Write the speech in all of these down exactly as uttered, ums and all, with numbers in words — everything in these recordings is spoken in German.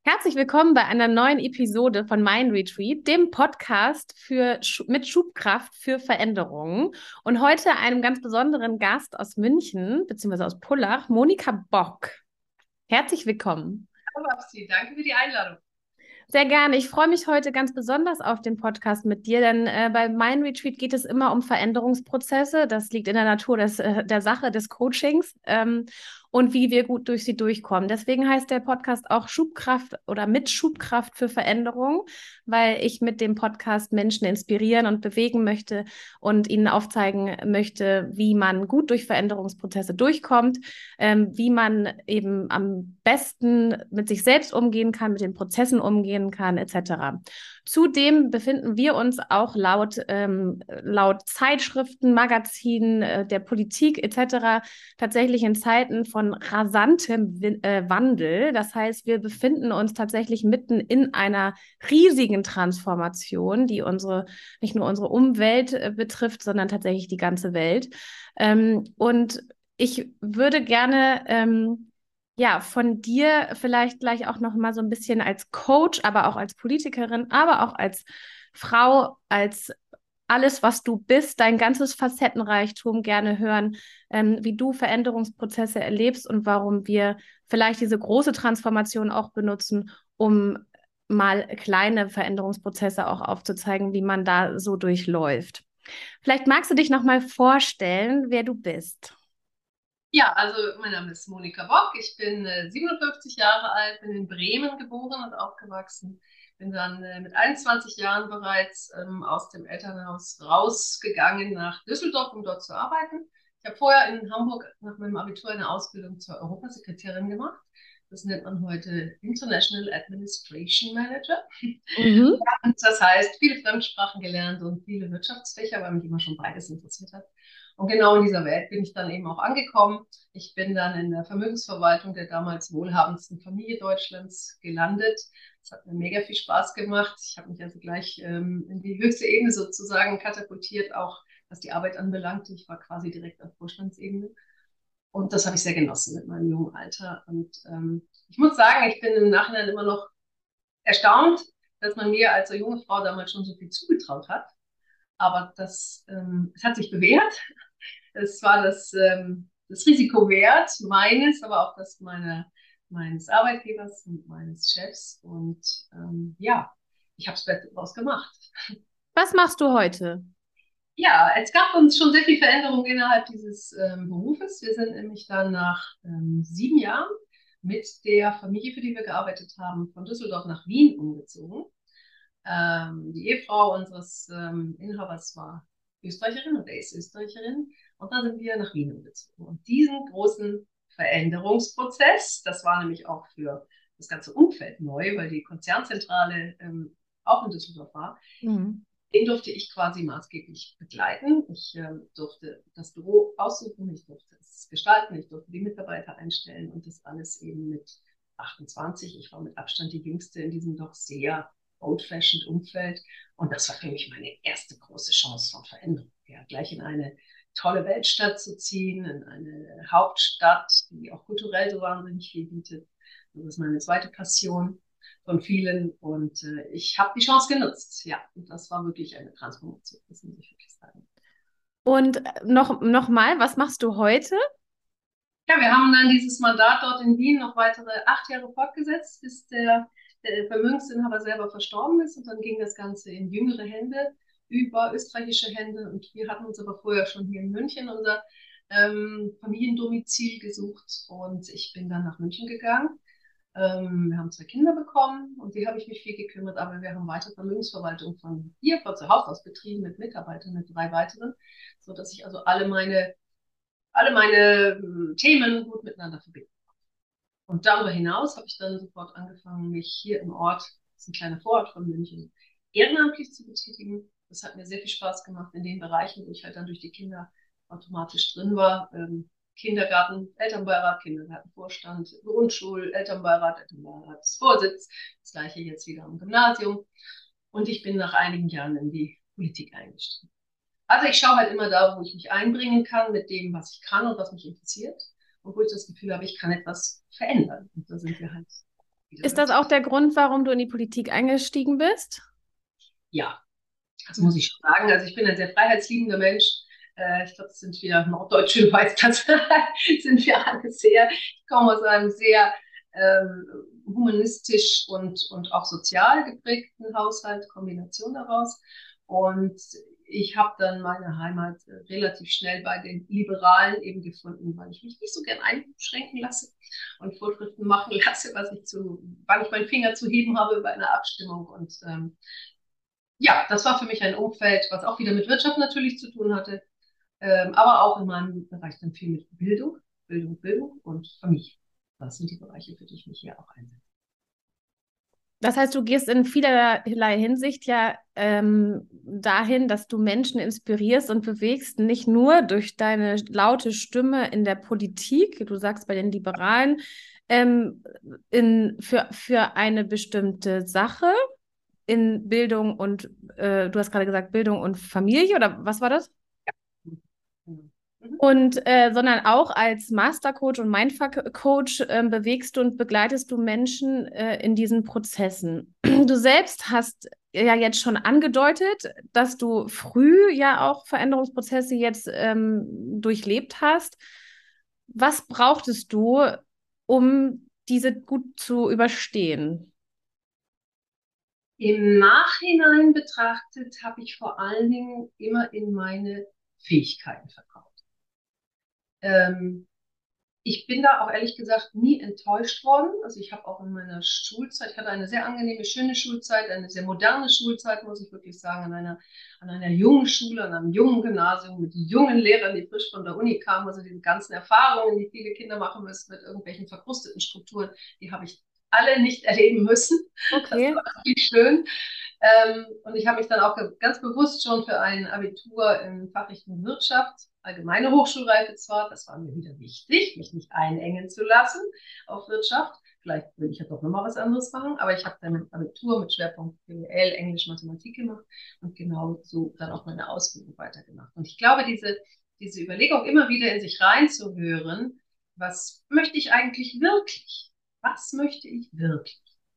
Herzlich willkommen bei einer neuen Episode von Mind Retreat, dem Podcast für, Schu- mit Schubkraft für Veränderungen. Und heute einem ganz besonderen Gast aus München, beziehungsweise aus Pullach, Monika Bock. Herzlich willkommen. Hallo Babsi, danke für die Einladung. Sehr gerne. Ich freue mich heute ganz besonders auf den Podcast mit dir, denn äh, bei Mind Retreat geht es immer um Veränderungsprozesse. Das liegt in der Natur des, äh, der Sache des Coachings ähm, und wie wir gut durch sie durchkommen. Deswegen heißt der Podcast auch Schubkraft oder mit Schubkraft für Veränderung, weil ich mit dem Podcast Menschen inspirieren und bewegen möchte und ihnen aufzeigen möchte, wie man gut durch Veränderungsprozesse durchkommt, ähm, wie man eben am besten mit sich selbst umgehen kann, mit den Prozessen umgehen kann, et cetera. Zudem befinden wir uns auch laut, ähm, laut Zeitschriften, Magazinen, äh, der Politik et cetera tatsächlich in Zeiten von rasantem Win äh, Wandel. Das heißt, wir befinden uns tatsächlich mitten in einer riesigen Transformation, die unsere, nicht nur unsere Umwelt äh, betrifft, sondern tatsächlich die ganze Welt. Ähm, und ich würde gerne ähm, ja von dir vielleicht gleich auch noch mal so ein bisschen als Coach, aber auch als Politikerin, aber auch als Frau, als alles, was du bist, dein ganzes Facettenreichtum gerne hören, ähm, wie du Veränderungsprozesse erlebst und warum wir vielleicht diese große Transformation auch benutzen, um mal kleine Veränderungsprozesse auch aufzuzeigen, wie man da so durchläuft. Vielleicht magst du dich noch mal vorstellen, wer du bist. Ja, also mein Name ist Monika Bock. Ich bin äh, siebenundfünfzig Jahre alt, bin in Bremen geboren und aufgewachsen. Bin dann äh, mit einundzwanzig Jahren bereits ähm, aus dem Elternhaus rausgegangen nach Düsseldorf, um dort zu arbeiten. Ich habe vorher in Hamburg nach meinem Abitur eine Ausbildung zur Europasekretärin gemacht. Das nennt man heute International Administration Manager. Mhm. Und das heißt, viele Fremdsprachen gelernt und viele Wirtschaftsfächer, weil mich immer schon beides interessiert hat. Und genau in dieser Welt bin ich dann eben auch angekommen. Ich bin dann in der Vermögensverwaltung der damals wohlhabendsten Familie Deutschlands gelandet. Das hat mir mega viel Spaß gemacht. Ich habe mich also gleich ähm, in die höchste Ebene sozusagen katapultiert, auch was die Arbeit anbelangte. Ich war quasi direkt auf Vorstandsebene. Und das habe ich sehr genossen mit meinem jungen Alter. Und ähm, ich muss sagen, ich bin im Nachhinein immer noch erstaunt, dass man mir als so junge Frau damals schon so viel zugetraut hat. Aber das, ähm, es hat sich bewährt. Es war das, ähm, das Risiko wert, meines, aber auch das meiner, meines Arbeitgebers und meines Chefs. Und ähm, ja, ich habe es Beste daraus gemacht. Was machst du heute? Ja, es gab uns schon sehr viel Veränderung innerhalb dieses ähm, Berufes. Wir sind nämlich dann nach ähm, sieben Jahren mit der Familie, für die wir gearbeitet haben, von Düsseldorf nach Wien umgezogen. Ähm, die Ehefrau unseres ähm, Inhabers war Österreicherin und er ist Österreicherin. Und dann sind wir nach Wien umgezogen. Und diesen großen Veränderungsprozess, das war nämlich auch für das ganze Umfeld neu, weil die Konzernzentrale ähm, auch in Düsseldorf war, Mhm. den durfte ich quasi maßgeblich begleiten. Ich ähm, durfte das Büro aussuchen, ich durfte es gestalten, ich durfte die Mitarbeiter einstellen und das alles eben mit achtundzwanzig. Ich war mit Abstand die Jüngste in diesem doch sehr old-fashioned Umfeld. Und das war für mich meine erste große Chance von Veränderung. Ja, gleich in eine tolle Weltstadt zu ziehen, in eine Hauptstadt, die auch kulturell so wahnsinnig viel bietet. Das ist meine zweite Passion von vielen. Und äh, ich habe die Chance genutzt. Ja, und das war wirklich eine Transformation, das muss ich wirklich sagen. Und äh, noch, noch mal, was machst du heute? Ja, wir haben dann dieses Mandat dort in Wien noch weitere acht Jahre fortgesetzt, bis der, der Vermögensinhaber selber verstorben ist. Und dann ging das Ganze in jüngere Hände, über österreichische Hände. Und wir hatten uns aber vorher schon hier in München unser ähm, Familiendomizil gesucht. Und ich bin dann nach München gegangen. Ähm, wir haben zwei Kinder bekommen und die habe ich mich viel gekümmert, aber wir haben weiter Vermögensverwaltung von hier, von zu Hause aus betrieben mit Mitarbeitern, mit drei weiteren, sodass ich also alle meine, alle meine ähm, Themen gut miteinander verbinde. Und darüber hinaus habe ich dann sofort angefangen, mich hier im Ort, das ist ein kleiner Vorort von München, ehrenamtlich zu betätigen. Das hat mir sehr viel Spaß gemacht in den Bereichen, wo ich halt dann durch die Kinder automatisch drin war. Ähm, Kindergarten, Elternbeirat, Kindergartenvorstand, Grundschul, Elternbeirat, Elternbeiratsvorsitz. Das gleiche jetzt wieder am Gymnasium. Und ich bin nach einigen Jahren in die Politik eingestiegen. Also ich schaue halt immer da, wo ich mich einbringen kann mit dem, was ich kann und was mich interessiert und wo ich das Gefühl habe, ich kann etwas verändern. Und da sind wir halt. Ist das auch der Grund, warum du in die Politik eingestiegen bist? Ja, das muss ich schon sagen. Also ich bin ein sehr freiheitsliebender Mensch. Äh, ich glaube, das sind wir Norddeutsche, du weißt das, sind wir alle sehr. Ich komme aus einem sehr ähm, humanistisch und, und auch sozial geprägten Haushalt, Kombination daraus. Und ich habe dann meine Heimat relativ schnell bei den Liberalen eben gefunden, weil ich mich nicht so gern einschränken lasse und Vorschriften machen lasse, was ich zu, wann ich meinen Finger zu heben habe bei einer Abstimmung. Und ähm, ja, das war für mich ein Umfeld, was auch wieder mit Wirtschaft natürlich zu tun hatte, ähm, aber auch in meinem Bereich dann viel mit Bildung, Bildung, Bildung und Familie. Das sind die Bereiche, für die ich mich hier auch einsetze. Das heißt, du gehst in vielerlei Hinsicht ja ähm, dahin, dass du Menschen inspirierst und bewegst, nicht nur durch deine laute Stimme in der Politik, du sagst bei den Liberalen, ähm, in, für, für eine bestimmte Sache in Bildung und, äh, du hast gerade gesagt, Bildung und Familie, oder was war das? Mhm. Mhm. Und äh, sondern auch als Mastercoach und Mindfuck-Coach äh, bewegst du und begleitest du Menschen äh, in diesen Prozessen. Du selbst hast ja jetzt schon angedeutet, dass du früh ja auch Veränderungsprozesse jetzt ähm, durchlebt hast. Was brauchtest du, um diese gut zu überstehen? Im Nachhinein betrachtet habe ich vor allen Dingen immer in meine Fähigkeiten vertraut. Ähm, Ich bin da auch ehrlich gesagt nie enttäuscht worden. Also ich habe auch in meiner Schulzeit, ich hatte eine sehr angenehme, schöne Schulzeit, eine sehr moderne Schulzeit, muss ich wirklich sagen, an einer, an einer jungen Schule, an einem jungen Gymnasium mit jungen Lehrern, die frisch von der Uni kamen. Also diese ganzen Erfahrungen, die viele Kinder machen müssen mit irgendwelchen verkrusteten Strukturen, die habe ich alle nicht erleben müssen. Das Okay. war wirklich schön. Ähm, und ich habe mich dann auch ganz bewusst schon für ein Abitur in Fachrichtung Wirtschaft, allgemeine Hochschulreife zwar, das war mir wieder wichtig, mich nicht einengen zu lassen auf Wirtschaft. Vielleicht will ich ja doch nochmal was anderes machen, aber ich habe dann ein Abitur mit Schwerpunkt B W L, Englisch, Mathematik gemacht und genau so dann auch meine Ausbildung weitergemacht. Und ich glaube, diese, diese Überlegung immer wieder in sich reinzuhören, was möchte ich eigentlich wirklich? Was möchte ich wirklich?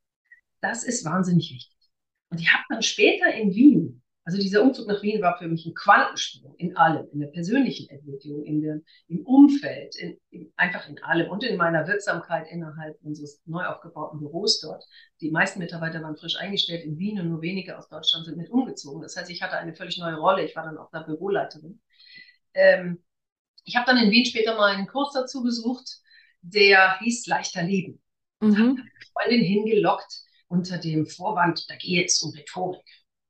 Das ist wahnsinnig wichtig. Und ich habe dann später in Wien, also dieser Umzug nach Wien war für mich ein Quantensprung in allem, in der persönlichen Entwicklung, in der, im Umfeld, in, in, einfach in allem und in meiner Wirksamkeit innerhalb unseres neu aufgebauten Büros dort. Die meisten Mitarbeiter waren frisch eingestellt in Wien und nur wenige aus Deutschland sind mit umgezogen. Das heißt, ich hatte eine völlig neue Rolle. Ich war dann auch da Büroleiterin. Ähm, ich habe dann in Wien später mal einen Kurs dazu besucht, der hieß Leichter Leben. Und habe Mhm. eine Freundin hingelockt unter dem Vorwand, da gehe es um Rhetorik.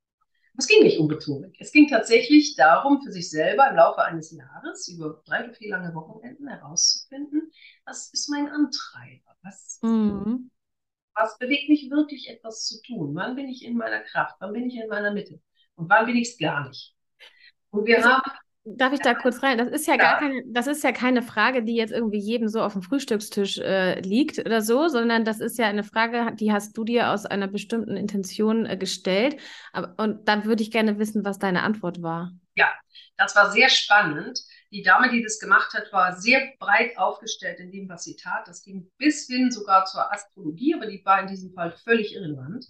Es ging nicht um Rhetorik. Es ging tatsächlich darum, für sich selber im Laufe eines Jahres über drei oder vier lange Wochenenden herauszufinden, was ist mein Antreiber? Was, Mhm. was bewegt mich wirklich, etwas zu tun? Wann bin ich in meiner Kraft? Wann bin ich in meiner Mitte? Und wann bin ich es gar nicht? Und wir Also, haben, darf ich da kurz rein? Das ist ja gar ja, keine, das ist ja keine Frage, die jetzt irgendwie jedem so auf dem Frühstückstisch äh, liegt oder so, sondern das ist ja eine Frage, die hast du dir aus einer bestimmten Intention äh, gestellt. Aber, und da würde ich gerne wissen, was deine Antwort war. ja, das war sehr spannend. Die Dame, die das gemacht hat, war sehr breit aufgestellt in dem, was sie tat. Das ging bis hin sogar zur Astrologie, aber die war in diesem Fall völlig irrelevant.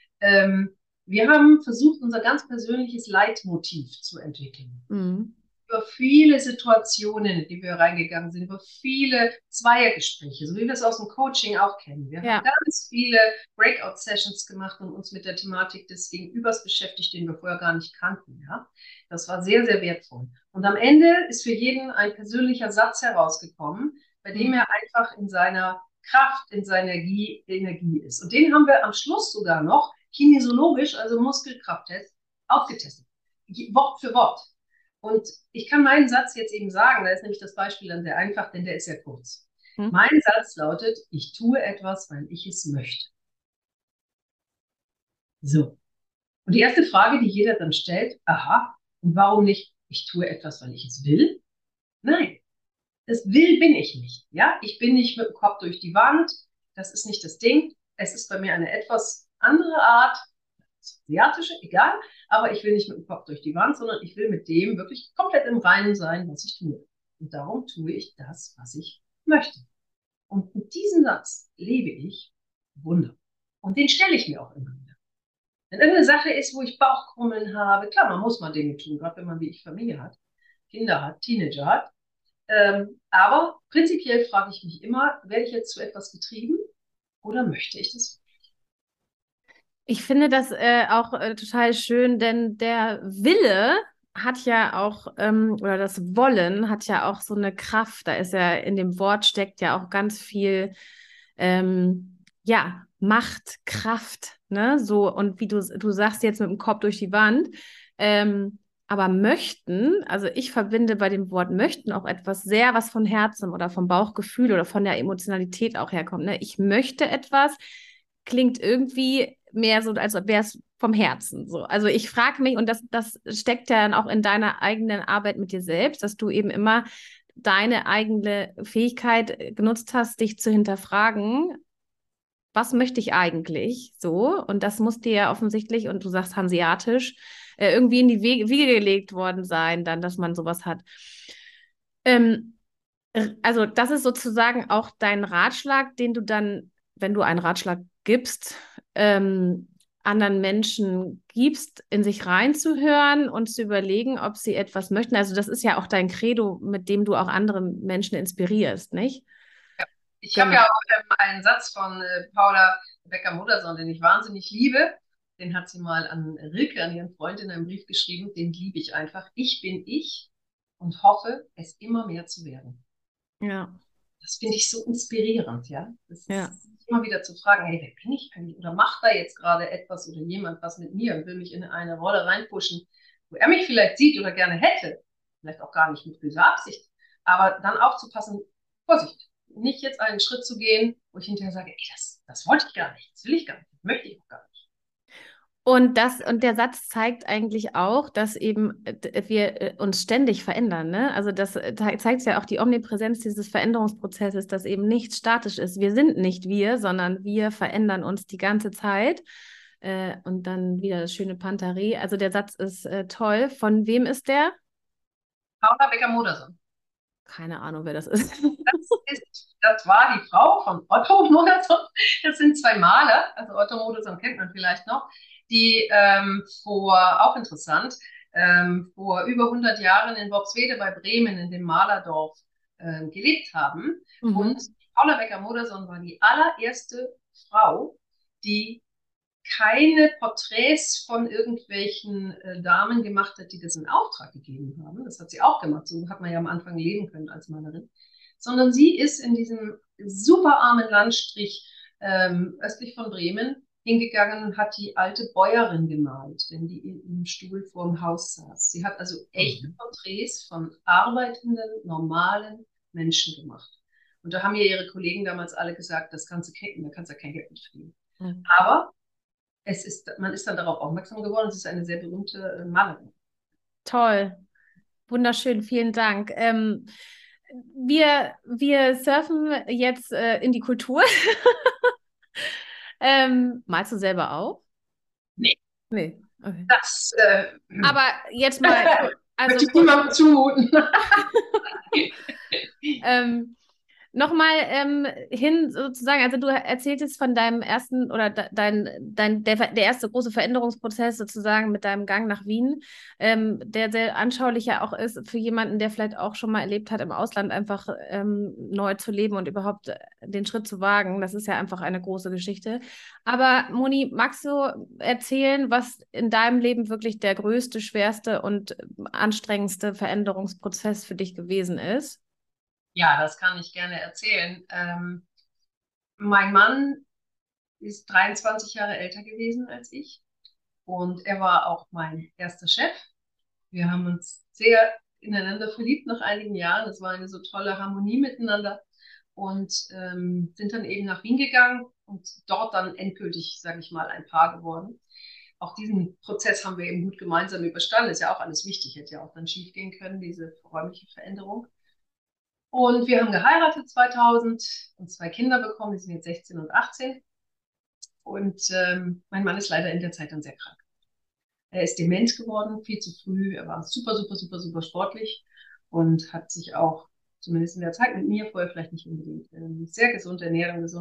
Ähm, wir haben versucht, unser ganz persönliches Leitmotiv zu entwickeln. Mhm. Über viele Situationen, in die wir reingegangen sind, über viele Zweiergespräche, so wie wir es aus dem Coaching auch kennen. Wir haben Ja. ganz viele Breakout-Sessions gemacht und uns mit der Thematik des Gegenübers beschäftigt, den wir vorher gar nicht kannten. Ja? Das war sehr, sehr wertvoll. Und am Ende ist für jeden ein persönlicher Satz herausgekommen, bei dem Mhm. er einfach in seiner Kraft, in seiner Energie, Energie ist. Und den haben wir am Schluss sogar noch kinesiologisch, also Muskelkrafttest, aufgetestet. Wort für Wort. Und ich kann meinen Satz jetzt eben sagen, da ist nämlich das Beispiel dann sehr einfach, denn der ist ja kurz. Mhm. Mein Satz lautet, ich tue etwas, weil ich es möchte. So. Und die erste Frage, die jeder dann stellt, aha, und warum nicht, ich tue etwas, weil ich es will? Nein, das will bin ich nicht. Ja, ich bin nicht mit dem Kopf durch die Wand. Das ist nicht das Ding. Es ist bei mir eine etwas andere Art, asiatische, egal, aber ich will nicht mit dem Kopf durch die Wand, sondern ich will mit dem wirklich komplett im Reinen sein, was ich tue. Und darum tue ich das, was ich möchte. Und mit diesem Satz lebe ich Wunder. Und den stelle ich mir auch immer wieder. Wenn irgendeine Sache ist, wo ich Bauchkrummeln habe, klar, man muss mal Dinge tun, gerade wenn man wie ich Familie hat, Kinder hat, Teenager hat. Ähm, aber prinzipiell frage ich mich immer, werde ich jetzt zu etwas getrieben oder möchte ich das? Ich finde das äh, auch äh, total schön, denn der Wille hat ja auch, ähm, oder das Wollen hat ja auch so eine Kraft. Da ist ja in dem Wort steckt ja auch ganz viel, ähm, ja, Macht, Kraft, ne? So, und wie du, du sagst jetzt mit dem Kopf durch die Wand, ähm, aber möchten, also ich verbinde bei dem Wort möchten auch etwas sehr, was von Herzen oder vom Bauchgefühl oder von der Emotionalität auch herkommt. Ne? Ich möchte etwas, klingt irgendwie mehr so, als wäre es vom Herzen so. Also ich frage mich, und das, das steckt ja dann auch in deiner eigenen Arbeit mit dir selbst, dass du eben immer deine eigene Fähigkeit genutzt hast, dich zu hinterfragen, was möchte ich eigentlich so? Und das muss dir ja offensichtlich, und du sagst hanseatisch, äh, irgendwie in die Wege, Wiege gelegt worden sein, dann, dass man sowas hat. Ähm, also das ist sozusagen auch dein Ratschlag, den du dann, wenn du einen Ratschlag gibst, ähm, anderen Menschen gibst, in sich reinzuhören und zu überlegen, ob sie etwas möchten. Also das ist ja auch dein Credo, mit dem du auch andere Menschen inspirierst, nicht? Ich habe Genau. ja auch ähm, einen Satz von äh, Paula Becker-Modersohn, den ich wahnsinnig liebe. Den hat sie mal an Rilke, an ihren Freund in einem Brief geschrieben. Den liebe ich einfach. Ich bin ich und hoffe, es immer mehr zu werden. Ja, Das finde ich so inspirierend, ja. Das ja. ist immer wieder zu fragen, hey, wer bin ich eigentlich? Oder macht da jetzt gerade etwas oder jemand was mit mir und will mich in eine Rolle reinpushen, wo er mich vielleicht sieht oder gerne hätte. Vielleicht auch gar nicht mit böser Absicht. Aber dann aufzupassen, Vorsicht, nicht jetzt einen Schritt zu gehen, wo ich hinterher sage, ey, das, das wollte ich gar nicht, das will ich gar nicht, das möchte ich auch gar nicht. Und das, und der Satz zeigt eigentlich auch, dass eben äh, wir äh, uns ständig verändern, ne? Also das äh, ze- zeigt ja auch die Omnipräsenz dieses Veränderungsprozesses, dass eben nichts statisch ist. Wir sind nicht wir, sondern wir verändern uns die ganze Zeit. Äh, und dann wieder das schöne Pantare. Also der Satz ist äh, toll. Von wem ist der? Paula Becker-Modersohn. Keine Ahnung, wer das ist. Das ist, das war die Frau von Otto Modersohn. Das sind zwei Maler, also Otto Modersohn kennt man vielleicht noch, die ähm, vor, auch interessant, ähm, vor über hundert Jahren in Worpswede bei Bremen in dem Malerdorf ähm, gelebt haben. Und Mhm. Paula Becker-Modersohn war die allererste Frau, die keine Porträts von irgendwelchen äh, Damen gemacht hat, die das in Auftrag gegeben haben. Das hat sie auch gemacht. So hat man ja am Anfang leben können als Malerin. Sondern sie ist in diesem super armen Landstrich ähm, östlich von Bremen hingegangen und hat die alte Bäuerin gemalt, wenn die im Stuhl vorm Haus saß. Sie hat also echte Porträts von arbeitenden, normalen Menschen gemacht. Und da haben ihr ihre Kollegen damals alle gesagt, das kannst du knicken, da kannst du ja kein Geld mit verdienen. Mhm. Aber es ist, man ist dann darauf aufmerksam geworden, es ist eine sehr berühmte äh, Malerin. Toll. Wunderschön. Vielen Dank. Ähm, wir, wir surfen jetzt äh, in die Kultur. Ähm, malst du selber auch? Nee, Nee. Okay. das äh, Aber jetzt mal, also möchte ich niemandem zumuten. ähm, nochmal ähm, hin sozusagen, also du erzähltest von deinem ersten oder de dein, dein, der, der erste große Veränderungsprozess sozusagen mit deinem Gang nach Wien, ähm, der sehr anschaulich ja auch ist für jemanden, der vielleicht auch schon mal erlebt hat, im Ausland einfach ähm, neu zu leben und überhaupt äh, den Schritt zu wagen. Das ist ja einfach eine große Geschichte. Aber Moni, magst du erzählen, was in deinem Leben wirklich der größte, schwerste und anstrengendste Veränderungsprozess für dich gewesen ist? Ja, das kann ich gerne erzählen. Ähm, mein Mann ist dreiundzwanzig Jahre älter gewesen als ich und er war auch mein erster Chef. Wir haben uns sehr ineinander verliebt nach einigen Jahren. Es war eine so tolle Harmonie miteinander und ähm, sind dann eben nach Wien gegangen und dort dann endgültig, sage ich mal, ein Paar geworden. Auch diesen Prozess haben wir eben gut gemeinsam überstanden. Ist ja auch alles wichtig, hätte ja auch dann schief gehen können, diese räumliche Veränderung. Und wir haben geheiratet zweitausend und zwei Kinder bekommen, die sind jetzt sechzehn und achtzehn. Und ähm, mein Mann ist leider in der Zeit dann sehr krank. Er ist dement geworden, viel zu früh. Er war super, super, super, super sportlich und hat sich auch, zumindest in der Zeit mit mir, vorher vielleicht nicht unbedingt, ähm, sehr gesund ernährt und gesund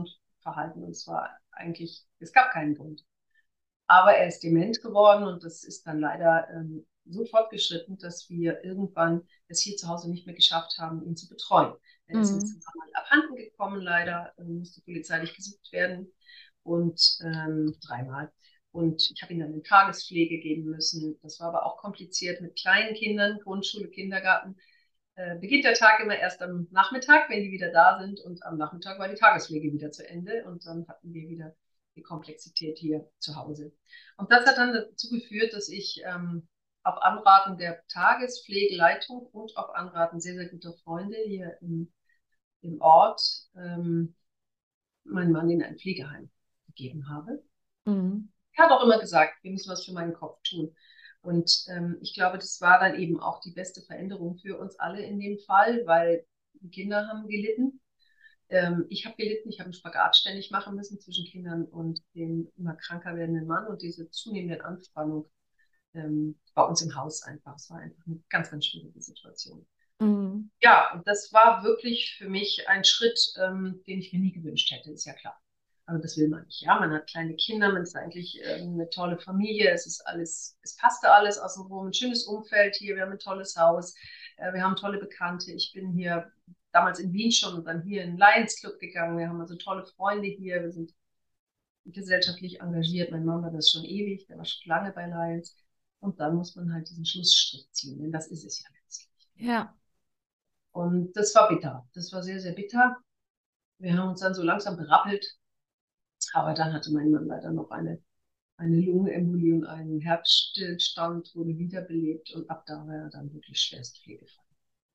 verhalten. Und es war eigentlich, es gab keinen Grund. Aber er ist dement geworden und das ist dann leider ähm, so fortgeschritten, dass wir irgendwann es hier zu Hause nicht mehr geschafft haben, ihn zu betreuen. Er ist uns Mhm. mal abhanden gekommen, leider, ähm, musste polizeilich gesucht werden und ähm, dreimal. Und ich habe ihn dann in Tagespflege geben müssen. Das war aber auch kompliziert mit kleinen Kindern, Grundschule, Kindergarten. Äh, beginnt der Tag immer erst am Nachmittag, wenn die wieder da sind. Und am Nachmittag war die Tagespflege wieder zu Ende. Und dann hatten wir wieder die Komplexität hier zu Hause. Und das hat dann dazu geführt, dass ich ähm, auf Anraten der Tagespflegeleitung und auf Anraten sehr, sehr guter Freunde hier im, im Ort ähm, meinen Mann in ein Pflegeheim gegeben habe. Mhm. Er hat auch immer gesagt, wir müssen was für meinen Kopf tun. Und ähm, ich glaube, das war dann eben auch die beste Veränderung für uns alle in dem Fall, weil die Kinder haben gelitten. Ähm, ich habe gelitten, ich habe einen Spagat ständig machen müssen zwischen Kindern und dem immer kranker werdenden Mann und diese zunehmende Anspannung ähm, bei uns im Haus einfach. Es war einfach eine ganz, ganz schwierige Situation. Mhm. Ja, und das war wirklich für mich ein Schritt, ähm, den ich mir nie gewünscht hätte, ist ja klar. Aber das will man nicht. Ja, man hat kleine Kinder, man ist eigentlich ähm, eine tolle Familie, es ist alles, es passte alles außenrum, ein schönes Umfeld hier, wir haben ein tolles Haus, äh, wir haben tolle Bekannte. Ich bin hier damals in Wien schon und dann hier in den Lions Club gegangen. Wir haben also tolle Freunde hier, wir sind gesellschaftlich engagiert. Mein Mann war das schon ewig, der war schon lange bei Lions. Und dann muss man halt diesen Schlussstrich ziehen, denn das ist es ja letztlich. Ja. Und das war bitter. Das war sehr, sehr bitter. Wir haben uns dann so langsam berappelt. Aber dann hatte mein Mann leider noch eine, eine Lungenembolie und einen Herzstillstand, wurde wiederbelebt. Und ab da war er dann wirklich schwerst pflegefrei.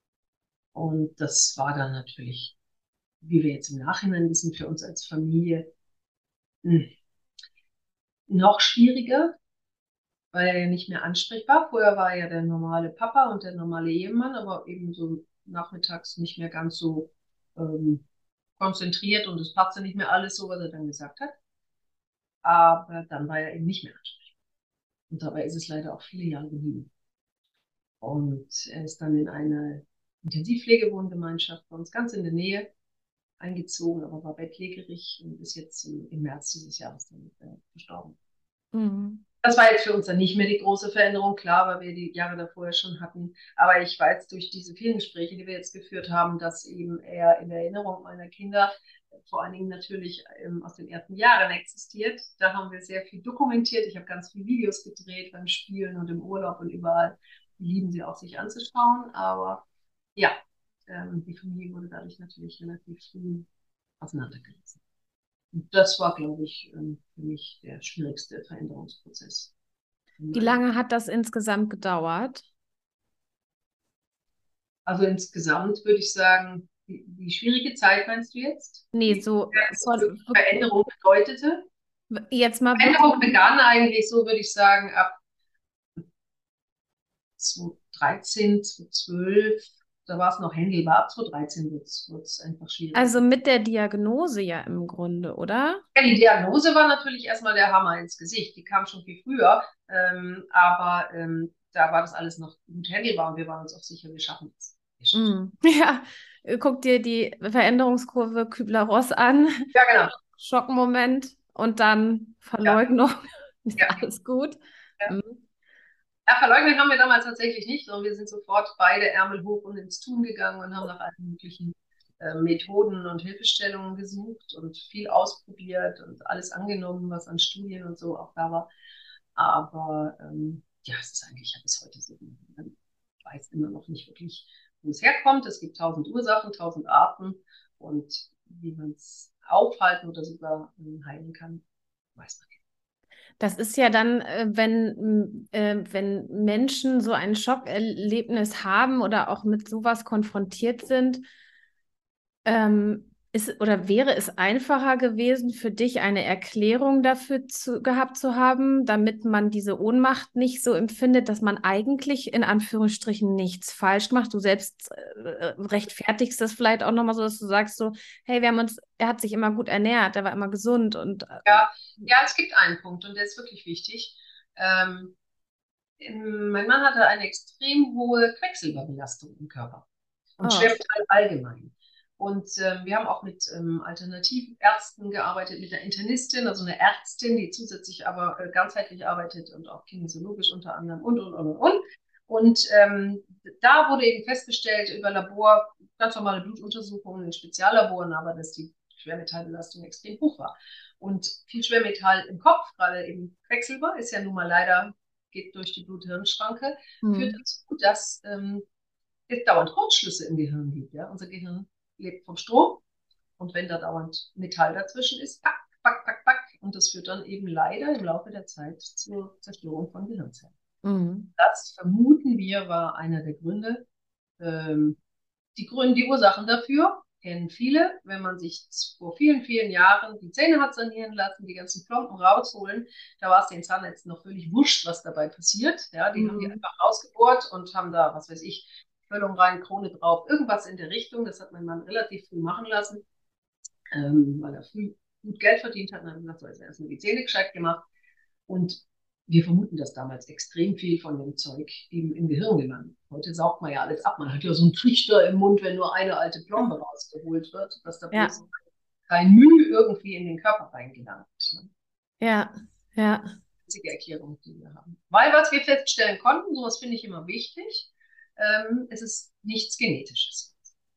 Und das war dann natürlich, wie wir jetzt im Nachhinein wissen, für uns als Familie mh, noch schwieriger, weil er ja nicht mehr ansprechbar. Vorher war er ja der normale Papa und der normale Ehemann, aber eben so nachmittags nicht mehr ganz so ähm, konzentriert und es passte nicht mehr alles so, was er dann gesagt hat. Aber dann war er eben nicht mehr ansprechbar. Und dabei ist es leider auch viele Jahre geblieben. Und er ist dann in eine Intensivpflegewohngemeinschaft bei uns ganz in der Nähe eingezogen, aber war bettlägerig und ist jetzt im, im März dieses Jahres dann äh, verstorben. Mhm. Das war jetzt für uns dann nicht mehr die große Veränderung, klar, weil wir die Jahre davor ja schon hatten. Aber ich weiß durch diese vielen Gespräche, die wir jetzt geführt haben, dass eben er in der Erinnerung meiner Kinder vor allen Dingen natürlich ähm, aus den ersten Jahren existiert. Da haben wir sehr viel dokumentiert. Ich habe ganz viele Videos gedreht beim Spielen und im Urlaub und überall. Die lieben sie auch, sich anzuschauen. Aber ja, ähm, die Familie wurde dadurch natürlich relativ früh auseinandergerissen. Und das war, glaube ich, ähm, für mich der schwierigste Veränderungsprozess. Wie lange hat das insgesamt gedauert? Also insgesamt würde ich sagen, die, die schwierige Zeit meinst du jetzt? Nee, Die so von, wirklich Veränderung bedeutete? jetzt mal wirklich. Veränderung begann eigentlich, so würde ich sagen, ab zweitausenddreizehn, zweitausendzwölf. Da war es noch händelbar. Ab zweitausenddreizehn wird es einfach schwierig. Also mit der Diagnose ja im Grunde, oder? Ja, die Diagnose war natürlich erstmal der Hammer ins Gesicht. Die kam schon viel früher, ähm, aber ähm, da war das alles noch gut handelbar und wir waren uns auch sicher, wir schaffen das. Wir schaffen Mm. Ja, guck dir die Veränderungskurve Kübler-Ross an. das. Ja, genau. Schockmoment und dann Ja, Verleugnung. Ist ja. alles gut. Ja. Mm. Ja, verleugnet haben wir damals tatsächlich nicht, sondern wir sind sofort beide Ärmel hoch und ins Tun gegangen und haben nach allen möglichen äh, Methoden und Hilfestellungen gesucht und viel ausprobiert und alles angenommen, was an Studien und so auch da war. Aber ähm, ja, es ist eigentlich ja bis heute so. Man weiß immer noch nicht wirklich, wo es herkommt. Es gibt tausend Ursachen, tausend Arten und wie man es aufhalten oder sogar ähm, heilen kann, weiß man nicht. Das ist ja dann, äh, wenn, m, äh, wenn Menschen so ein Schockerlebnis haben oder auch mit sowas konfrontiert sind, ähm, ist, oder wäre es einfacher gewesen für dich, eine Erklärung dafür zu, gehabt zu haben, damit man diese Ohnmacht nicht so empfindet, dass man eigentlich in Anführungsstrichen nichts falsch macht? Du selbst äh, rechtfertigst das vielleicht auch nochmal so, dass du sagst so, hey, wir haben uns, er hat sich immer gut ernährt, er war immer gesund und äh, Ja, ja, es gibt einen Punkt und der ist wirklich wichtig. Ähm, mein Mann hatte eine extrem hohe Quecksilberbelastung im Körper und oh, Schwermetall allgemein. Und ähm, wir haben auch mit ähm, Alternativärzten gearbeitet, mit einer Internistin, also eine Ärztin, die zusätzlich aber äh, ganzheitlich arbeitet und auch kinesiologisch unter anderem und, und, und, und, und. Und ähm, da wurde eben festgestellt über Labor, ganz normale Blutuntersuchungen in Speziallaboren, aber dass die Schwermetallbelastung extrem hoch war. Und viel Schwermetall im Kopf, gerade eben Quecksilber, ist ja nun mal leider, geht durch die Blut-Hirn-Schranke, mhm. führt dazu, dass ähm, es dauernd Kurzschlüsse im Gehirn gibt. Ja? Unser Gehirn lebt vom Strom und wenn da dauernd Metall dazwischen ist, pack, pack, pack, pack. Und das führt dann eben leider im Laufe der Zeit zur Zerstörung von Gehirnzellen. Mhm. Das vermuten wir war einer der Gründe. Ähm, die Gründe, die Ursachen dafür kennen viele. Wenn man sich vor vielen, vielen Jahren die Zähne hat sanieren lassen, die ganzen Plomben rausholen, da war es den Zahnärzten noch völlig wurscht, was dabei passiert. Ja, die mhm. haben die einfach rausgebohrt und haben da, was weiß ich, Füllung rein, Krone drauf, irgendwas in der Richtung. Das hat mein Mann relativ früh machen lassen, ähm, weil er früh gut Geld verdient hat. Und dann hat er gesagt, so, jetzt erstmal die Zähne gescheit gemacht. Und wir vermuten, dass damals extrem viel von dem Zeug eben im Gehirn gelandet. Heute saugt man ja alles ab. Man hat ja so einen Trichter im Mund, wenn nur eine alte Plombe rausgeholt wird, dass da ja. bloß kein Mühe irgendwie in den Körper reingelangt. Ne? Ja, ja. Das ist die Erklärung, die wir haben. Weil, was wir feststellen konnten, sowas finde ich immer wichtig, ähm, es ist nichts Genetisches.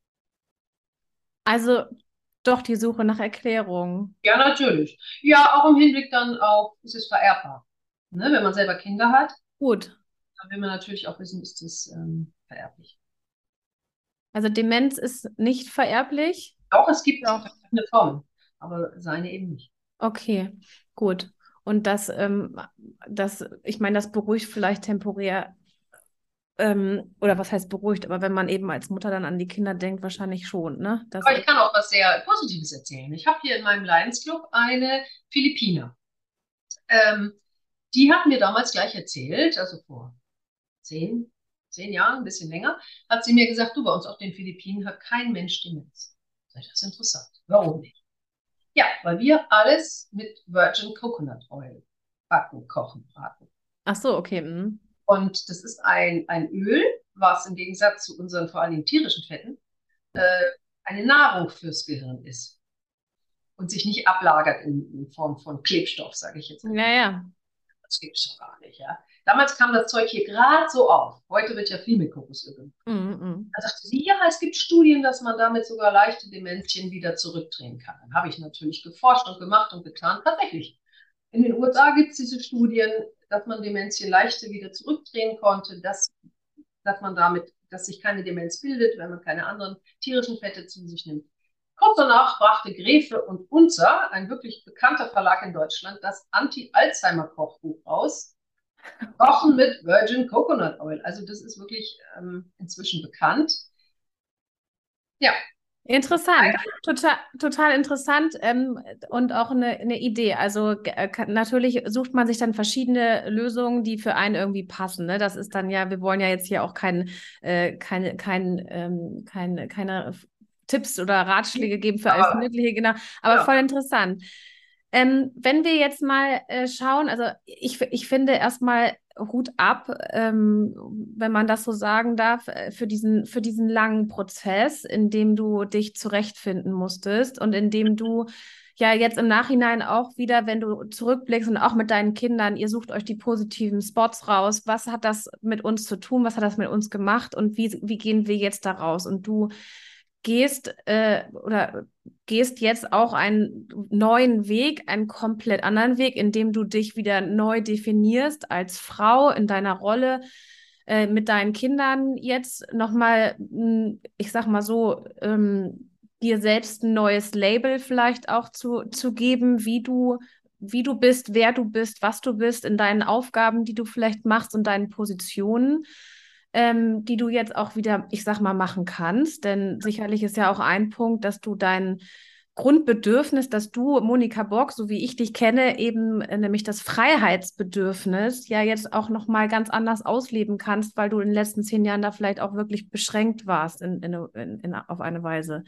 Also doch die Suche nach Erklärung. Ja, natürlich. Ja, auch im Hinblick dann auf, ist es vererbbar. Ne, wenn man selber Kinder hat. Gut. Dann will man natürlich auch wissen, ist das ähm, vererblich. Also Demenz ist nicht vererblich? Doch, es gibt auch eine Form, aber seine eben nicht. Okay, gut. Und das, ähm, das, ich meine, das beruhigt vielleicht temporär, ähm, oder was heißt beruhigt, aber wenn man eben als Mutter dann an die Kinder denkt, wahrscheinlich schon, ne? Das aber ich kann auch was sehr Positives erzählen. Ich habe hier in meinem Lions Club eine Philippiner. Ähm, die hat mir damals gleich erzählt, also vor zehn, zehn Jahren, ein bisschen länger, hat sie mir gesagt, du, bei uns auf den Philippinen hat kein Mensch Demenz. Das ist interessant. Warum nicht? Ja, weil wir alles mit Virgin Coconut Oil backen, kochen, braten. Ach so, okay. Mhm. Und das ist ein, ein Öl, was im Gegensatz zu unseren vor allem tierischen Fetten äh, eine Nahrung fürs Gehirn ist. Und sich nicht ablagert in, in Form von Klebstoff, sage ich jetzt. Ja, ja. Das gibt es doch gar nicht, ja. Damals kam das Zeug hier gerade so auf. Heute wird ja viel mit Kokosöl gemacht. Mhm. Da sagte sie, ja, es gibt Studien, dass man damit sogar leichte Demenzien wieder zurückdrehen kann. Dann habe ich natürlich geforscht und gemacht und getan. Tatsächlich. In den U S A gibt es diese Studien, dass man Demenzien leichter wieder zurückdrehen konnte, dass, dass man damit, dass sich keine Demenz bildet, wenn man keine anderen tierischen Fette zu sich nimmt. Kurz danach brachte Gräfe und Unzer, ein wirklich bekannter Verlag in Deutschland, das Anti-Alzheimer-Kochbuch raus. Kochen mit Virgin Coconut Oil. Also das ist wirklich ähm, inzwischen bekannt. Ja. Interessant, total, total interessant ähm, und auch eine, eine Idee. Also äh, natürlich sucht man sich dann verschiedene Lösungen, die für einen irgendwie passen. Ne? Das ist dann ja, wir wollen ja jetzt hier auch kein, äh, keine, kein, ähm, keine, keine Tipps oder Ratschläge geben für alles Mögliche, genau. Aber ja. Voll interessant. Ähm, wenn wir jetzt mal äh, schauen, also ich, ich finde erstmal Hut ab, ähm, wenn man das so sagen darf, für diesen, für diesen langen Prozess, in dem du dich zurechtfinden musstest und in dem du ja jetzt im Nachhinein auch wieder, wenn du zurückblickst und auch mit deinen Kindern, ihr sucht euch die positiven Spots raus, was hat das mit uns zu tun, was hat das mit uns gemacht und wie, wie gehen wir jetzt da raus? Und du gehst äh, oder gehst jetzt auch einen neuen Weg, einen komplett anderen Weg, in dem du dich wieder neu definierst als Frau in deiner Rolle äh, mit deinen Kindern jetzt nochmal, ich sag mal so, ähm, dir selbst ein neues Label vielleicht auch zu, zu geben, wie du wie du bist, wer du bist, was du bist, in deinen Aufgaben, die du vielleicht machst und deinen Positionen. Ähm, die du jetzt auch wieder, ich sag mal, machen kannst. Denn sicherlich ist ja auch ein Punkt, dass du dein Grundbedürfnis, dass du, Monika Bock, so wie ich dich kenne, eben äh, nämlich das Freiheitsbedürfnis, ja jetzt auch nochmal ganz anders ausleben kannst, weil du in den letzten zehn Jahren da vielleicht auch wirklich beschränkt warst in, in, in, in, auf eine Weise.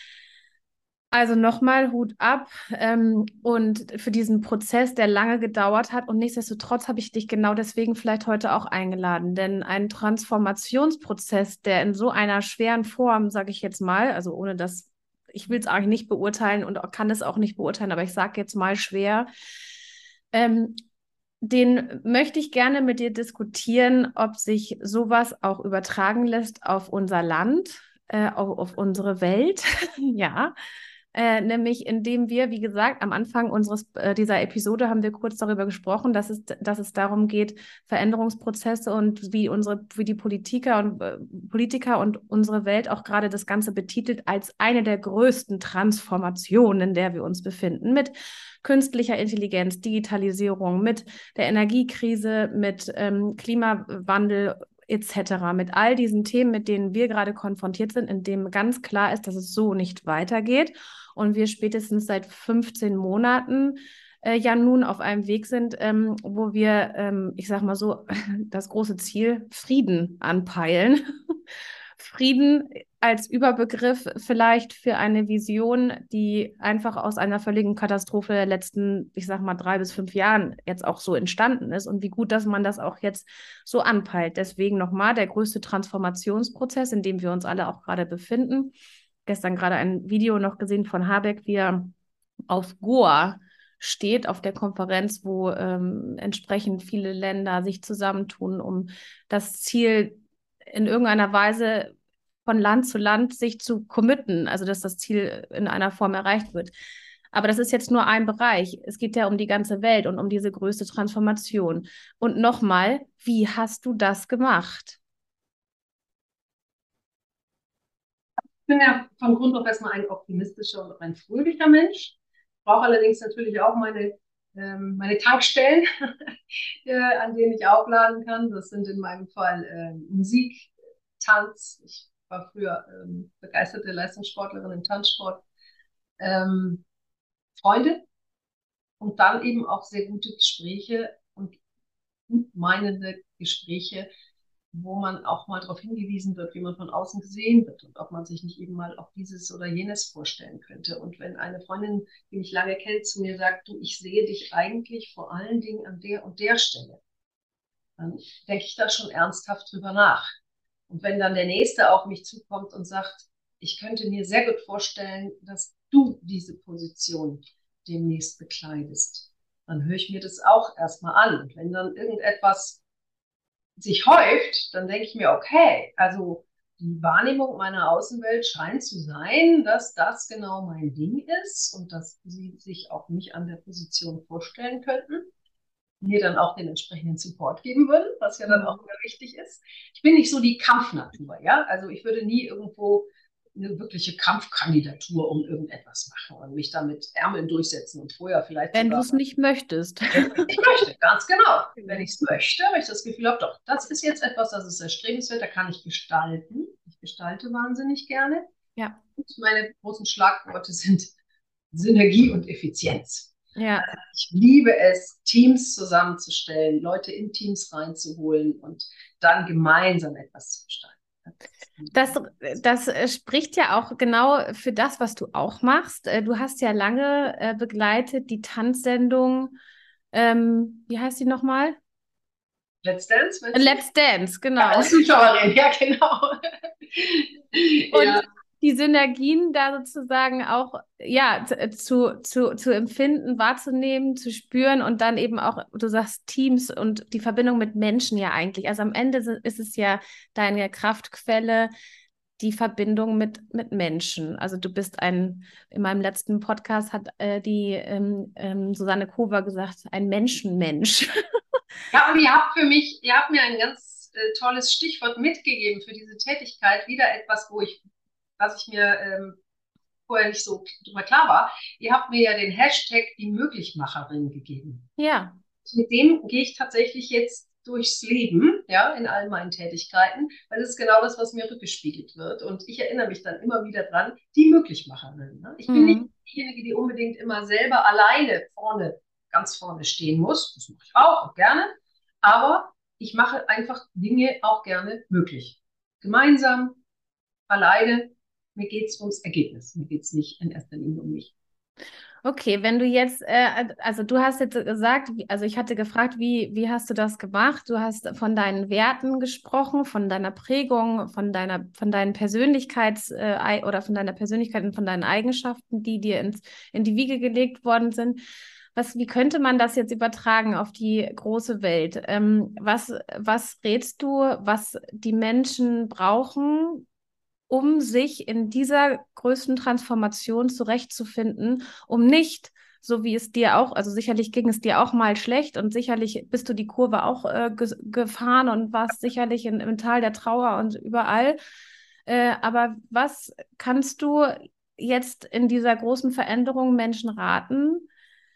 Also nochmal Hut ab ähm, und für diesen Prozess, der lange gedauert hat und nichtsdestotrotz habe ich dich genau deswegen vielleicht heute auch eingeladen, denn ein Transformationsprozess, der in so einer schweren Form, sage ich jetzt mal, also ohne das ich will es eigentlich nicht beurteilen und kann es auch nicht beurteilen, aber ich sage jetzt mal schwer. Ähm, den möchte ich gerne mit dir diskutieren, ob sich sowas auch übertragen lässt auf unser Land, äh, auf, auf unsere Welt. Ja. Äh, nämlich indem wir, wie gesagt, am Anfang unseres, äh, dieser Episode haben wir kurz darüber gesprochen, dass es, dass es darum geht, Veränderungsprozesse und wie unsere, wie die Politiker und äh, Politiker und unsere Welt auch gerade das Ganze betitelt als eine der größten Transformationen, in der wir uns befinden, mit künstlicher Intelligenz, Digitalisierung, mit der Energiekrise, mit ähm, Klimawandel et cetera, mit all diesen Themen, mit denen wir gerade konfrontiert sind, in dem ganz klar ist, dass es so nicht weitergeht und wir spätestens seit fünfzehn Monaten äh, ja nun auf einem Weg sind, ähm, wo wir, ähm, ich sag mal so, das große Ziel Frieden anpeilen. Frieden als Überbegriff vielleicht für eine Vision, die einfach aus einer völligen Katastrophe der letzten, ich sag mal, drei bis fünf Jahren jetzt auch so entstanden ist und wie gut, dass man das auch jetzt so anpeilt. Deswegen nochmal der größte Transformationsprozess, in dem wir uns alle auch gerade befinden. Gestern gerade ein Video noch gesehen von Habeck, wie er auf Goa steht, auf der Konferenz, wo ähm, entsprechend viele Länder sich zusammentun, um das Ziel in irgendeiner Weise von Land zu Land sich zu committen, also dass das Ziel in einer Form erreicht wird. Aber das ist jetzt nur ein Bereich. Es geht ja um die ganze Welt und um diese größte Transformation. Und nochmal, wie hast du das gemacht? Ich bin ja von Grund auf erstmal ein optimistischer und ein fröhlicher Mensch. Ich brauche allerdings natürlich auch meine, ähm, meine Tankstellen, äh, an denen ich aufladen kann. Das sind in meinem Fall äh, Musik, Tanz. Ich war früher ähm, begeisterte Leistungssportlerin im Tanzsport. Ähm, Freunde und dann eben auch sehr gute Gespräche und gutmeinende Gespräche, wo man auch mal darauf hingewiesen wird, wie man von außen gesehen wird und ob man sich nicht eben mal auch dieses oder jenes vorstellen könnte. Und wenn eine Freundin, die mich lange kennt, zu mir sagt, du, ich sehe dich eigentlich vor allen Dingen an der und der Stelle, dann denke ich da schon ernsthaft drüber nach. Und wenn dann der Nächste auf mich zukommt und sagt, ich könnte mir sehr gut vorstellen, dass du diese Position demnächst bekleidest, dann höre ich mir das auch erstmal an. Und wenn dann irgendetwas sich häuft, dann denke ich mir, okay, also die Wahrnehmung meiner Außenwelt scheint zu sein, dass das genau mein Ding ist und dass sie sich auch mich an der Position vorstellen könnten, mir dann auch den entsprechenden Support geben würden, was ja dann auch immer wichtig ist. Ich bin nicht so die Kampfnatur, ja, also ich würde nie irgendwo eine wirkliche Kampfkandidatur um irgendetwas machen und mich da mit Ärmeln durchsetzen und vorher vielleicht Wenn du sogar... es nicht möchtest. Ich möchte, ganz genau. Wenn ich es möchte, wenn ich das Gefühl habe, doch, das ist jetzt etwas, das ist erstrebenswert, da kann ich gestalten. Ich gestalte wahnsinnig gerne. Ja. Und meine großen Schlagworte sind Synergie und Effizienz. Ja. Also ich liebe es, Teams zusammenzustellen, Leute in Teams reinzuholen und dann gemeinsam etwas zu gestalten. Das, das äh, spricht ja auch genau für das, was du auch machst. Äh, Du hast ja lange äh, begleitet die Tanzsendung, ähm, wie heißt die nochmal? Let's Dance, Äh, Let's Dance, genau. Ja, als Zuschauerin, ja, genau. Und ja. die Synergien da sozusagen auch ja, zu, zu, zu empfinden, wahrzunehmen, zu spüren und dann eben auch, du sagst Teams und die Verbindung mit Menschen ja eigentlich. Also am Ende ist es ja deine Kraftquelle, die Verbindung mit, mit Menschen. Also du bist ein, in meinem letzten Podcast hat äh, die ähm, ähm, Susanne Kover gesagt, ein Menschenmensch. Ja, und ihr habt für mich, ihr habt mir ein ganz äh, tolles Stichwort mitgegeben für diese Tätigkeit. Wieder etwas, wo ich, was ich mir ähm, vorher nicht so drüber klar war. Ihr habt mir ja den Hashtag die Möglichmacherin gegeben. Ja. Mit dem gehe ich tatsächlich jetzt durchs Leben, ja, in all meinen Tätigkeiten, weil das ist genau das, was mir rückgespiegelt wird. Und ich erinnere mich dann immer wieder dran, die Möglichmacherin. Ne? Ich bin Mhm. nicht diejenige, die unbedingt immer selber alleine vorne, ganz vorne stehen muss. Das mache ich auch, auch gerne. Aber ich mache einfach Dinge auch gerne möglich. Gemeinsam, alleine. Mir geht es ums Ergebnis. Mir geht es nicht in erster Linie um mich. Okay, wenn du jetzt, äh, also du hast jetzt gesagt, wie- also ich hatte gefragt, wie, wie hast du das gemacht? Du hast von deinen Werten gesprochen, von deiner Prägung, von deiner, von deinen Persönlichkeits, äh, ei- oder von deiner Persönlichkeit und von deinen Eigenschaften, die dir ins, in die Wiege gelegt worden sind. Was, wie könnte man das jetzt übertragen auf die große Welt? Ähm, was, was rätst du, was die Menschen brauchen, um sich in dieser größten Transformation zurechtzufinden, um nicht, so wie es dir auch, also sicherlich ging es dir auch mal schlecht und sicherlich bist du die Kurve auch äh, ge gefahren und warst sicherlich in, im Tal der Trauer und überall. Äh, aber was kannst du jetzt in dieser großen Veränderung Menschen raten?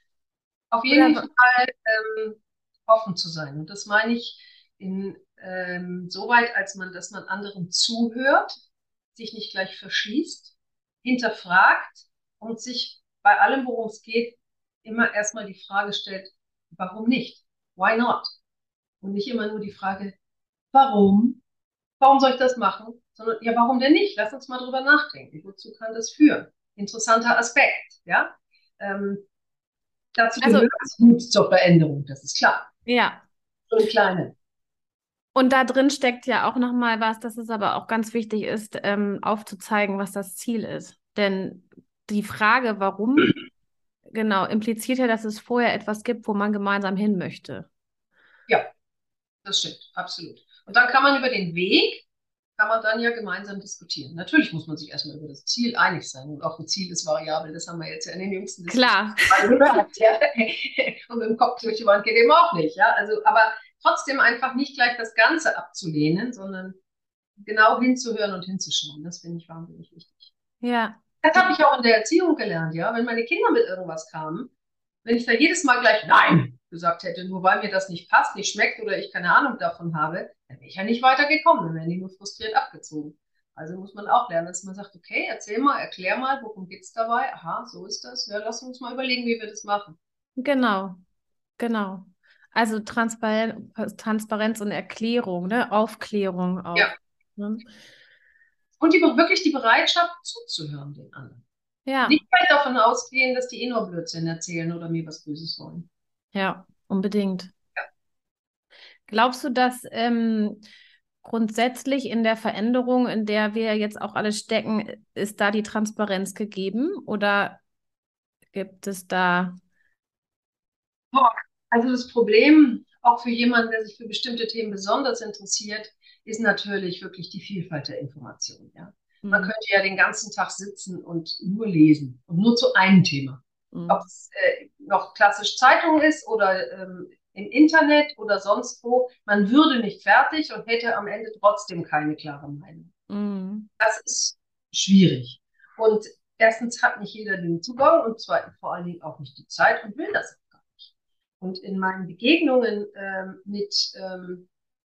Auf jeden Oder Fall ähm, offen zu sein. Und das meine ich in, ähm, soweit, als man, dass man anderen zuhört, sich nicht gleich verschließt, hinterfragt und sich bei allem, worum es geht, immer erstmal die Frage stellt, warum nicht? Why not? Und nicht immer nur die Frage, warum? Warum soll ich das machen? Sondern, ja, warum denn nicht? Lass uns mal drüber nachdenken. Wozu kann das führen? Interessanter Aspekt, ja? Ähm, dazu also, gehört Mut zur Veränderung, das ist klar. ja. Schon kleine. Und da drin steckt ja auch nochmal was, dass es aber auch ganz wichtig ist, ähm, aufzuzeigen, was das Ziel ist. Denn die Frage, warum, genau, impliziert ja, dass es vorher etwas gibt, wo man gemeinsam hin möchte. Ja, das stimmt, absolut. Und dann kann man über den Weg, kann man dann ja gemeinsam diskutieren. Natürlich muss man sich erstmal über das Ziel einig sein. Und auch ein Ziel ist variabel. Das haben wir jetzt ja in den jüngsten Klar. Diskussionen gehört. Ja. Und mit dem Kopf durch die Wand geht eben auch nicht. Ja. Also, aber trotzdem einfach nicht gleich das Ganze abzulehnen, sondern genau hinzuhören und hinzuschauen. Das finde ich wahnsinnig wichtig. Ja. Das habe ich auch in der Erziehung gelernt, ja. Wenn meine Kinder mit irgendwas kamen, wenn ich da jedes Mal gleich Nein gesagt hätte, nur weil mir das nicht passt, nicht schmeckt oder ich keine Ahnung davon habe, dann wäre ich ja nicht weitergekommen, dann wären die nur frustriert abgezogen. Also muss man auch lernen, dass man sagt, okay, erzähl mal, erklär mal, worum geht es dabei? Aha, so ist das. Ja, lass uns mal überlegen, wie wir das machen. Genau, genau. Also Transparenz, Transparenz und Erklärung, ne? Aufklärung auch. Ja. Ne? Und die, wirklich die Bereitschaft zuzuhören den anderen. Ja, Nicht gleich davon ausgehen, dass die eh nur Blödsinn erzählen oder mir was Böses wollen. ja, unbedingt. Ja. Glaubst du, dass ähm, grundsätzlich in der Veränderung, in der wir jetzt auch alle stecken, ist da die Transparenz gegeben oder gibt es da? Boah, also das Problem, auch für jemanden, der sich für bestimmte Themen besonders interessiert, ist natürlich wirklich die Vielfalt der Informationen. Ja? Man Hm, könnte ja den ganzen Tag sitzen und nur lesen und nur zu einem Thema. Ob hm, es äh, noch klassisch Zeitung ist oder ähm, im Internet oder sonst wo, man würde nicht fertig und hätte am Ende trotzdem keine klare Meinung. hm, Das ist schwierig. Und erstens hat nicht jeder den Zugang und zweitens vor allen Dingen auch nicht die Zeit und will das auch gar nicht. Und in meinen Begegnungen ähm, mit ähm,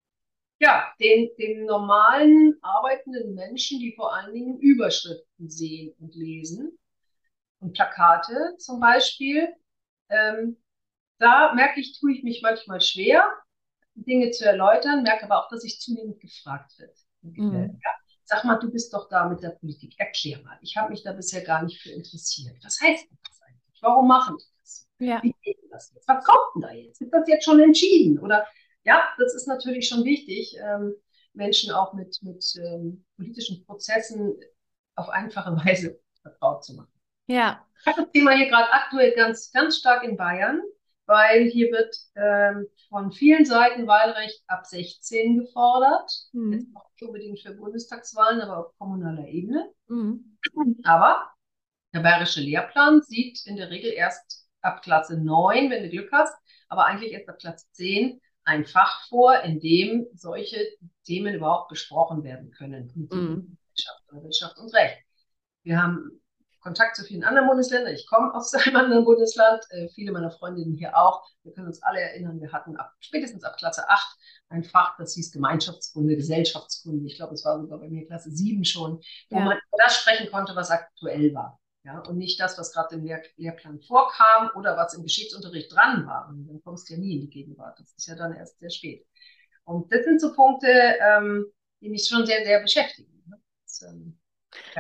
ja, den, den normalen arbeitenden Menschen, die vor allen Dingen Überschriften sehen und lesen und Plakate zum Beispiel, ähm, da merke ich, tue ich mich manchmal schwer, Dinge zu erläutern, merke aber auch, dass ich zunehmend gefragt wird. Äh, hm. ja, sag mal, du bist doch da mit der Politik. Erklär mal. Ich habe mich da bisher gar nicht für interessiert. Was heißt das eigentlich? Warum machen die das? Ja, Wie geht denn das jetzt? Was kommt denn da jetzt? Ist das jetzt schon entschieden? Oder ja, das ist natürlich schon wichtig, ähm, Menschen auch mit, mit ähm, politischen Prozessen auf einfache Weise vertraut zu machen. ja. Ich habe das Thema hier gerade aktuell ganz, ganz stark in Bayern, weil hier wird ähm, von vielen Seiten Wahlrecht ab sechzehn gefordert. Jetzt Hm, auch nicht unbedingt für Bundestagswahlen, aber auf kommunaler Ebene. hm, Aber der bayerische Lehrplan sieht in der Regel erst ab Klasse neun, wenn du Glück hast, aber eigentlich erst ab Klasse zehn ein Fach vor, in dem solche Themen überhaupt besprochen werden können. Politik und hm. Wirtschaft oder Wirtschaft und Recht. Wir haben Kontakt zu vielen anderen Bundesländern. Ich komme aus einem anderen Bundesland, äh, viele meiner Freundinnen hier auch. Wir können uns alle erinnern, wir hatten ab, spätestens ab Klasse acht ein Fach, das hieß Gemeinschaftskunde, Gesellschaftskunde. Ich glaube, es war sogar bei mir Klasse sieben schon, wo man Ja, über das sprechen konnte, was aktuell war. Ja, und nicht das, was gerade im Lehr Lehrplan vorkam oder was im Geschichtsunterricht dran war. Und dann kommst du ja nie in die Gegenwart. Das ist ja dann erst sehr spät. Und das sind so Punkte, ähm, die mich schon sehr, sehr beschäftigen. Ne? Das, ähm, ja.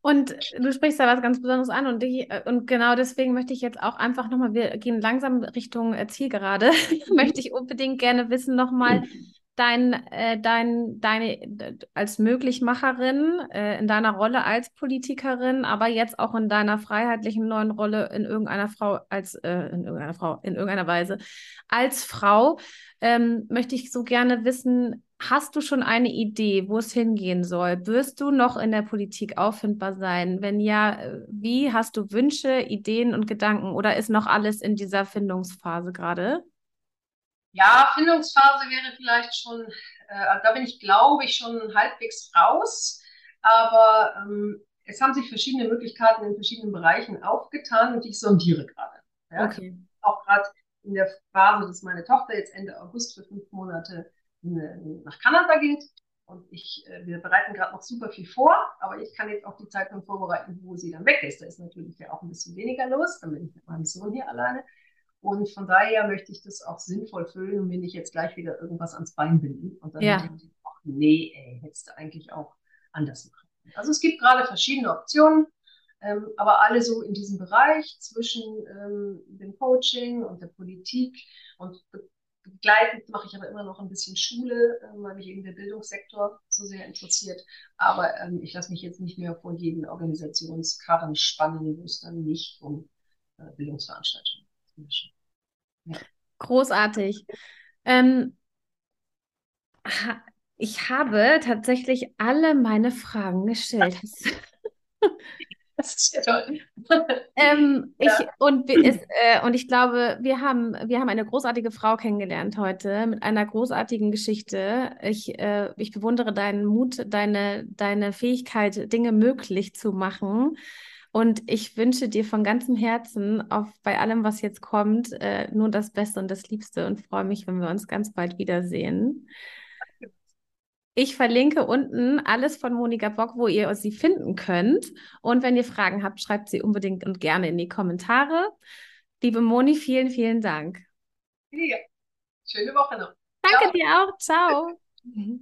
Und du sprichst da was ganz Besonderes an und, die, und genau deswegen möchte ich jetzt auch einfach nochmal, wir gehen langsam Richtung äh, Zielgerade, möchte ich unbedingt gerne wissen nochmal, dein, äh, dein, deine, d- als Möglichmacherin, äh, in deiner Rolle als Politikerin, aber jetzt auch in deiner freiheitlichen neuen Rolle in irgendeiner Frau, als, äh, in irgendeiner Frau, in irgendeiner Weise, als Frau, ähm, möchte ich so gerne wissen, hast du schon eine Idee, wo es hingehen soll? Wirst du noch in der Politik auffindbar sein? Wenn ja, äh, wie? Hast du Wünsche, Ideen und Gedanken oder ist noch alles in dieser Findungsphase gerade? Ja, Findungsphase wäre vielleicht schon, äh, da bin ich, glaube ich, schon halbwegs raus. Aber ähm, es haben sich verschiedene Möglichkeiten in verschiedenen Bereichen aufgetan und ich sondiere gerade. Ja, ich habe Okay. auch gerade in der Phase, dass meine Tochter jetzt Ende August für fünf Monate in, nach Kanada geht. Und ich, äh, wir bereiten gerade noch super viel vor, aber ich kann jetzt auch die Zeit dann vorbereiten, wo sie dann weg ist. Da ist natürlich ja auch ein bisschen weniger los, dann bin ich mit meinem Sohn hier alleine. Und von daher möchte ich das auch sinnvoll füllen und mir nicht jetzt gleich wieder irgendwas ans Bein binden und dann Ja. hinterher denken, ach nee, ey, hättest du eigentlich auch anders machen. Also es gibt gerade verschiedene Optionen, ähm, aber alle so in diesem Bereich zwischen ähm, dem Coaching und der Politik und begleitend mache ich aber immer noch ein bisschen Schule, äh, weil mich eben der Bildungssektor so sehr interessiert. Aber ähm, ich lasse mich jetzt nicht mehr vor jeden Organisationskarren spannen, wo es dann nicht um äh, Bildungsveranstaltungen geht. Ja. Großartig. Ähm, ha ich habe tatsächlich alle meine Fragen gestellt. Das ist ja toll. Ähm, ich Ja. und wir ist, äh, und ich glaube, wir haben wir haben eine großartige Frau kennengelernt heute mit einer großartigen Geschichte. Ich äh, ich bewundere deinen Mut, deine deine Fähigkeit, Dinge möglich zu machen. Und ich wünsche dir von ganzem Herzen auf bei allem, was jetzt kommt, äh, nur das Beste und das Liebste und freue mich, wenn wir uns ganz bald wiedersehen. Ich verlinke unten alles von Monika Bock, wo ihr sie finden könnt. Und wenn ihr Fragen habt, schreibt sie unbedingt und gerne in die Kommentare. Liebe Moni, vielen, vielen Dank. Ja. Schöne Woche noch. Danke Ciao. dir auch. Ciao.